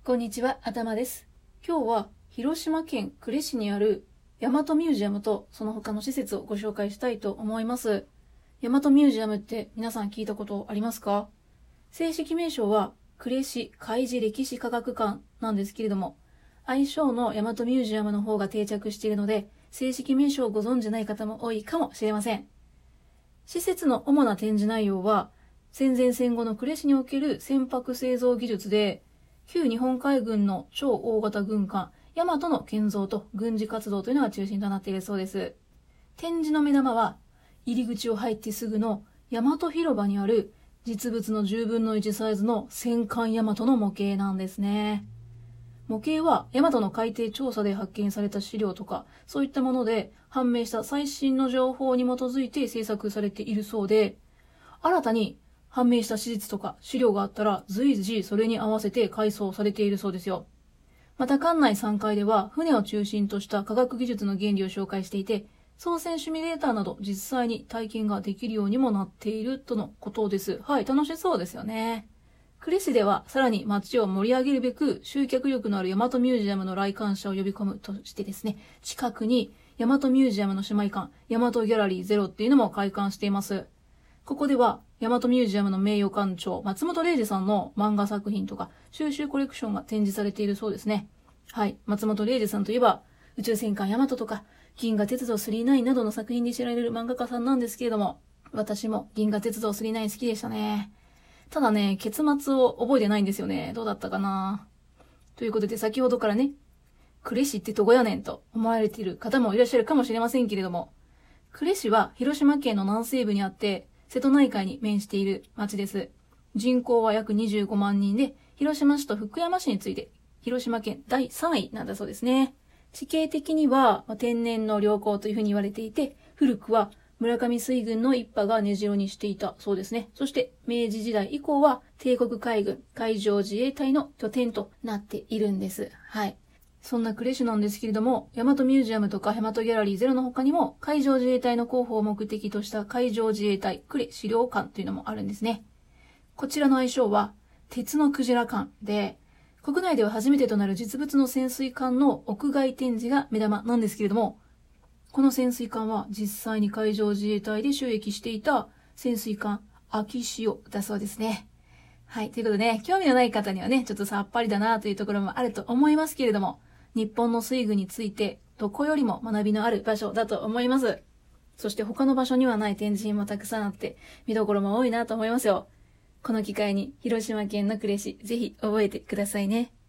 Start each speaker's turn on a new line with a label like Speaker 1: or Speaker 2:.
Speaker 1: こんにちは、頭です。今日は広島県呉市にある大和ミュージアムとその他の施設をご紹介したいと思います。大和ミュージアムって皆さん聞いたことありますか？正式名称は呉市海事歴史科学館なんですけれども、愛称の大和ミュージアムの方が定着しているので、正式名称をご存じない方も多いかもしれません。施設の主な展示内容は、戦前戦後の呉市における船舶製造技術で、旧日本海軍の超大型軍艦大和の建造と軍事活動というのが中心となっているそうです。展示の目玉は入り口を入ってすぐの大和広場にある実物の10分の1サイズの戦艦大和の模型なんですね。模型は大和の海底調査で発見された資料とかそういったもので判明した最新の情報に基づいて制作されているそうで、新たに判明した史実とか資料があったら随時それに合わせて改装されているそうですよ。また館内3階では船を中心とした科学技術の原理を紹介していて、操船シミュレーターなど実際に体験ができるようにもなっているとのことです。はい、楽しそうですよね。呉市ではさらに街を盛り上げるべく集客力のある大和ミュージアムの来館者を呼び込むとしてですね、近くに大和ミュージアムの姉妹館、大和ギャラリーゼロっていうのも開館しています。ここでは、大和ミュージアムの名誉館長、松本零士さんの漫画作品とか、収集コレクションが展示されているそうですね。はい。松本零士さんといえば、宇宙戦艦ヤマトとか、銀河鉄道999などの作品で知られる漫画家さんなんですけれども、私も銀河鉄道999好きでしたね。ただね、結末を覚えてないんですよね。どうだったかな。ということで、先ほどからね、呉市ってどこやねんと思われている方もいらっしゃるかもしれませんけれども、呉市は広島県の南西部にあって、瀬戸内海に面している町です。人口は約25万人で、広島市と福山市に次いで、広島県第3位なんだそうですね。地形的には天然の良港というふうに言われていて、古くは村上水軍の一派が根城にしていたそうですね。そして明治時代以降は帝国海軍海上自衛隊の拠点となっているんです。はい。そんな呉市なんですけれども、大和ミュージアムとか大和ギャラリーゼロの他にも、海上自衛隊の広報を目的とした海上自衛隊呉資料館というのもあるんですね。こちらの愛称は、鉄のクジラ館で、国内では初めてとなる実物の潜水艦の屋外展示が目玉なんですけれども、この潜水艦は実際に海上自衛隊で収益していた潜水艦秋潮だそうですね。はい。ということでね、興味のない方にはね、ちょっとさっぱりだなというところもあると思いますけれども、日本の水軍についてどこよりも学びのある場所だと思います。そして他の場所にはない展示品もたくさんあって見どころも多いなと思いますよ。この機会に広島県の呉市ぜひ覚えてくださいね。